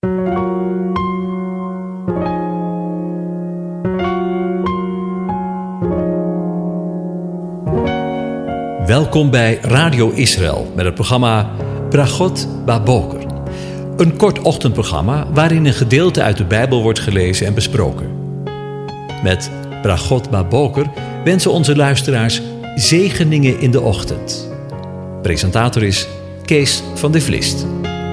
Welkom bij Radio Israël met het programma Bragot Baboker. Een kort ochtendprogramma waarin een gedeelte uit de Bijbel wordt gelezen en besproken. Met Bragot Baboker wensen onze luisteraars zegeningen in de ochtend. Presentator is Kees van de Vlist.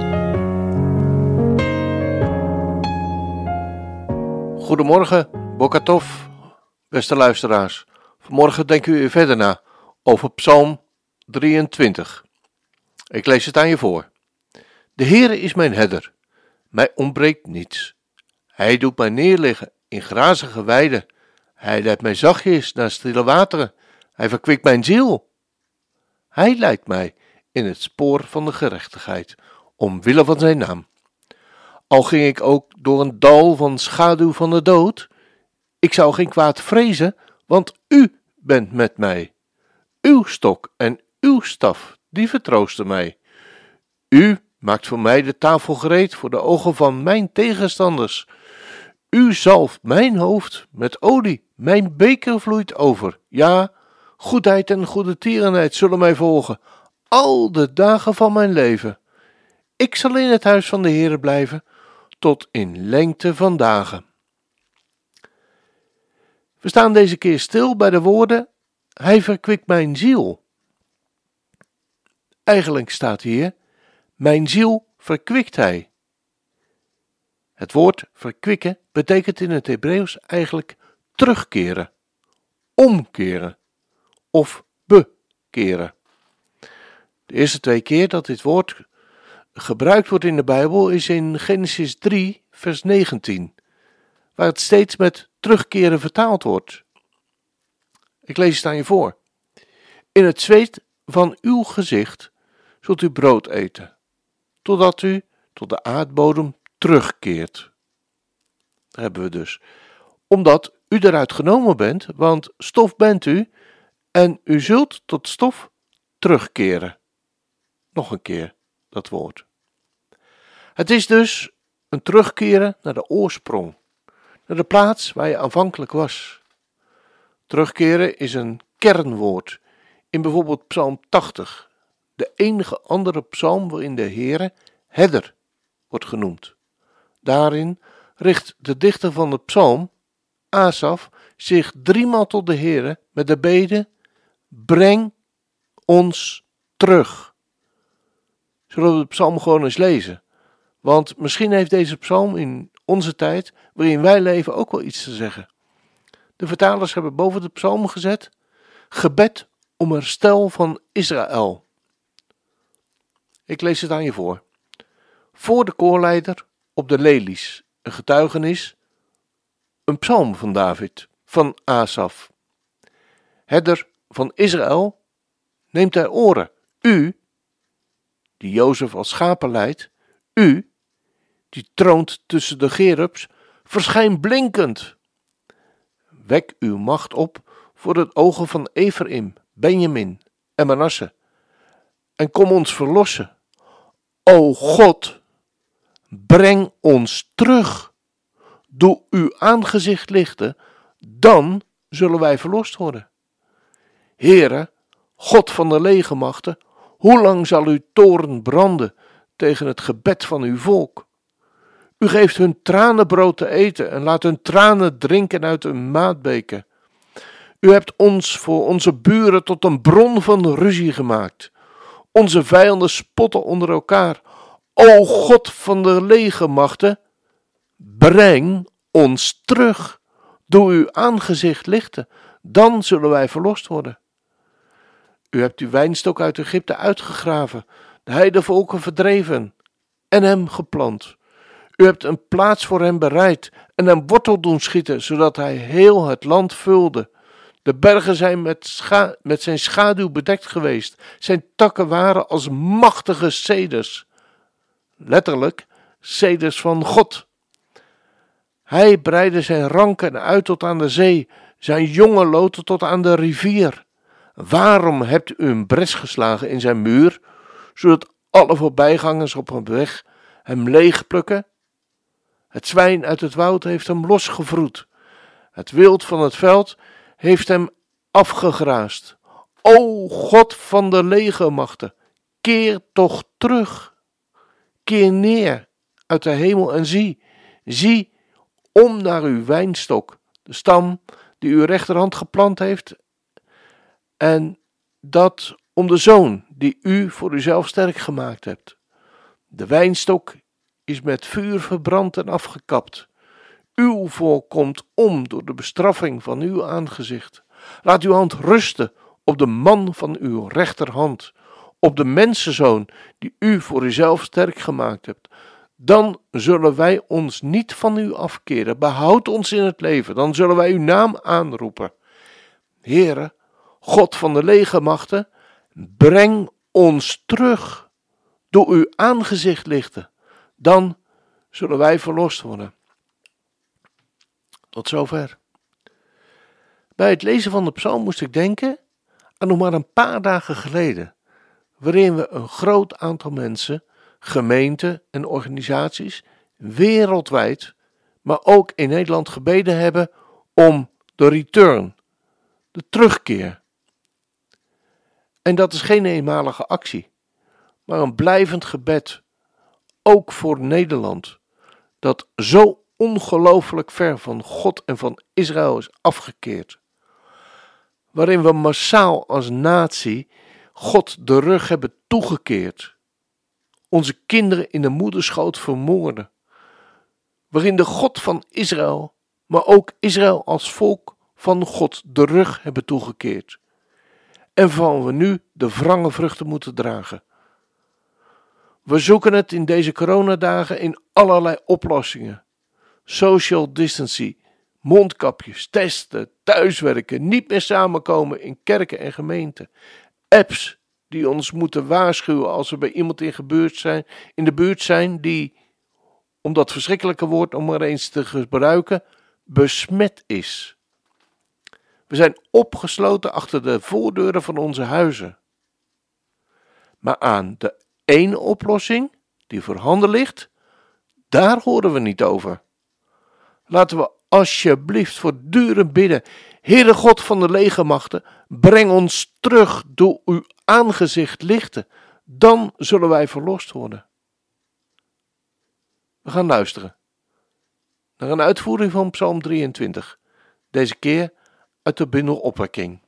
Goedemorgen, Bokatov, beste luisteraars. Vanmorgen denken we weer verder na over Psalm 23. Ik lees het aan je voor. De Heere is mijn herder, mij ontbreekt niets. Hij doet mij neerliggen in grazige weiden. Hij leidt mij zachtjes naar stille wateren. Hij verkwikt mijn ziel. Hij leidt mij in het spoor van de gerechtigheid, omwille van zijn naam. Al ging ik ook door een dal van schaduw van de dood, ik zou geen kwaad vrezen, want u bent met mij. Uw stok en uw staf, die vertroosten mij. U maakt voor mij de tafel gereed voor de ogen van mijn tegenstanders. U zalft mijn hoofd met olie, mijn beker vloeit over. Ja, goedheid en goede tierenheid zullen mij volgen, al de dagen van mijn leven. Ik zal in het huis van de Heere blijven, tot in lengte van dagen. We staan deze keer stil bij de woorden, hij verkwikt mijn ziel. Eigenlijk staat hier, mijn ziel verkwikt hij. Het woord verkwikken betekent in het Hebreeuws eigenlijk terugkeren, omkeren of bekeren. De eerste 2 keer dat dit woord gebruikt wordt in de Bijbel is in Genesis 3 vers 19, waar het steeds met terugkeren vertaald wordt. Ik lees het aan je voor. In het zweet van uw gezicht zult u brood eten, totdat u tot de aardbodem terugkeert. Daar hebben we dus. Omdat u eruit genomen bent, want stof bent u, en u zult tot stof terugkeren. Nog een keer dat woord. Het is dus een terugkeren naar de oorsprong, naar de plaats waar je aanvankelijk was. Terugkeren is een kernwoord in bijvoorbeeld Psalm 80, de enige andere psalm waarin de Heere herder wordt genoemd. Daarin richt de dichter van de psalm, Asaf, zich 3 maal tot de Heere met de bede, breng ons terug. Zullen we de psalm gewoon eens lezen? Want misschien heeft deze psalm in onze tijd, waarin wij leven, ook wel iets te zeggen. De vertalers hebben boven de psalm gezet, gebed om herstel van Israël. Ik lees het aan je voor. Voor de koorleider op de lelies, een getuigenis, een psalm van David, van Asaf. Herder van Israël, neemt ter oren, u, die Jozef als schapen leidt, u, die troont tussen de gerubs, verschijn blinkend. Wek uw macht op voor het ogen van Ephraim, Benjamin en Manasse, en kom ons verlossen. O God, breng ons terug. Doe uw aangezicht lichten, dan zullen wij verlost worden. Heere, God van de legermachten, hoe lang zal uw toorn branden tegen het gebed van uw volk? U geeft hun tranenbrood te eten en laat hun tranen drinken uit een maatbeker. U hebt ons voor onze buren tot een bron van ruzie gemaakt. Onze vijanden spotten onder elkaar. O God van de legermachten, breng ons terug. Doe uw aangezicht lichten, dan zullen wij verlost worden. U hebt uw wijnstok uit Egypte uitgegraven, de heidevolken verdreven en hem geplant. U hebt een plaats voor hem bereid en een wortel doen schieten, zodat hij heel het land vulde. De bergen zijn met zijn schaduw bedekt geweest. Zijn takken waren als machtige ceders. Letterlijk, ceders van God. Hij breidde zijn ranken uit tot aan de zee, zijn jonge loten tot aan de rivier. Waarom hebt u een bres geslagen in zijn muur, zodat alle voorbijgangers op een weg hem leegplukken Het zwijn uit het woud heeft hem losgevroed. Het wild van het veld heeft hem afgegraast. O God van de legermachten, keer toch terug. Keer neer uit de hemel en zie om naar uw wijnstok, de stam die uw rechterhand geplant heeft, en dat om de zoon die u voor uzelf sterk gemaakt hebt. De wijnstok is met vuur verbrand en afgekapt. Uw volk komt om door de bestraffing van uw aangezicht. Laat uw hand rusten op de man van uw rechterhand, op de mensenzoon die u voor uzelf sterk gemaakt hebt. Dan zullen wij ons niet van u afkeren. Behoud ons in het leven, dan zullen wij uw naam aanroepen. Heere, God van de legermachten, breng ons terug. Doe uw aangezicht lichten, dan zullen wij verlost worden. Tot zover. Bij het lezen van de psalm moest ik denken aan nog maar een paar dagen geleden, waarin we een groot aantal mensen, gemeenten en organisaties wereldwijd, maar ook in Nederland gebeden hebben om de return, de terugkeer. En dat is geen eenmalige actie, maar een blijvend gebed, ook voor Nederland, dat zo ongelooflijk ver van God en van Israël is afgekeerd. Waarin we massaal als natie God de rug hebben toegekeerd. Onze kinderen in de moederschoot vermoorden. Waarin de God van Israël, maar ook Israël als volk van God de rug hebben toegekeerd. En waarvan we nu de wrange vruchten moeten dragen. We zoeken het in deze coronadagen in allerlei oplossingen. Social distancing, mondkapjes, testen, thuiswerken, niet meer samenkomen in kerken en gemeenten. Apps die ons moeten waarschuwen als we bij iemand in de buurt zijn die, om dat verschrikkelijke woord om maar eens te gebruiken, besmet is. We zijn opgesloten achter de voordeuren van onze huizen. Maar aan de ene oplossing die voorhanden ligt, daar horen we niet over. Laten we alsjeblieft voortdurend bidden. Heere God van de legermachten, breng ons terug, doe uw aangezicht lichten. Dan zullen wij verlost worden. We gaan luisteren naar een uitvoering van Psalm 23. Deze keer uit de bundel Opwekking.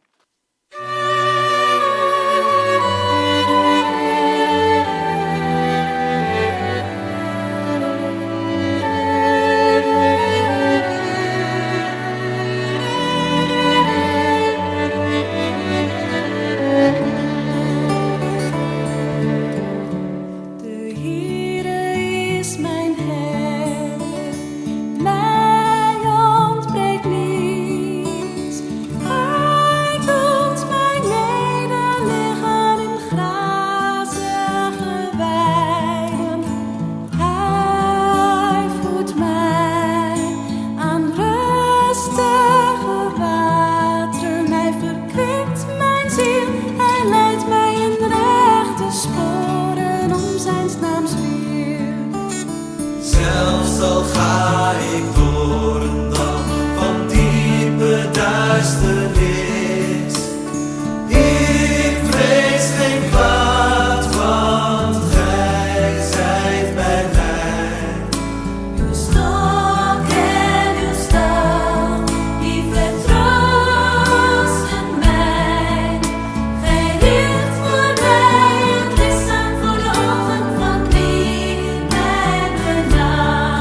Al ga ik door een dal van diepe duisternis. Ik vrees geen kwaad, want gij zijt bij mij. Uw stok en uw staf, die vertroosten mij. Gij richt voor mij het licht aan voor de ogen van wie mij benauwt.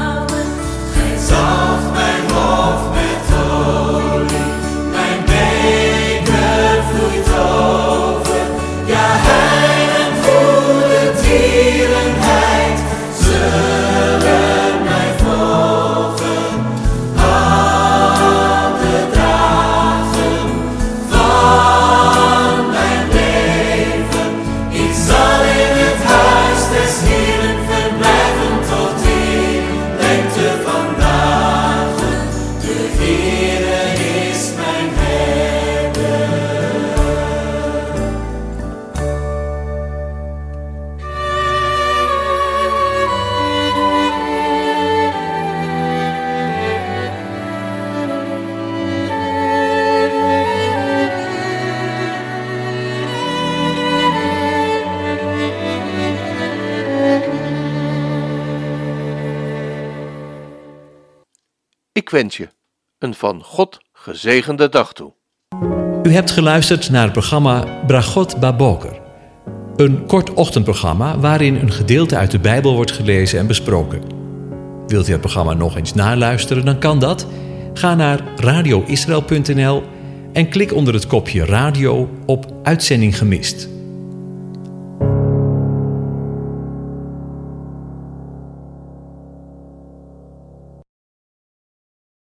Ik wens je een van God gezegende dag toe. U hebt geluisterd naar het programma Bragot Baboker. Een kort ochtendprogramma waarin een gedeelte uit de Bijbel wordt gelezen en besproken. Wilt u het programma nog eens naluisteren, dan kan dat. Ga naar radioisrael.nl en klik onder het kopje radio op Uitzending gemist.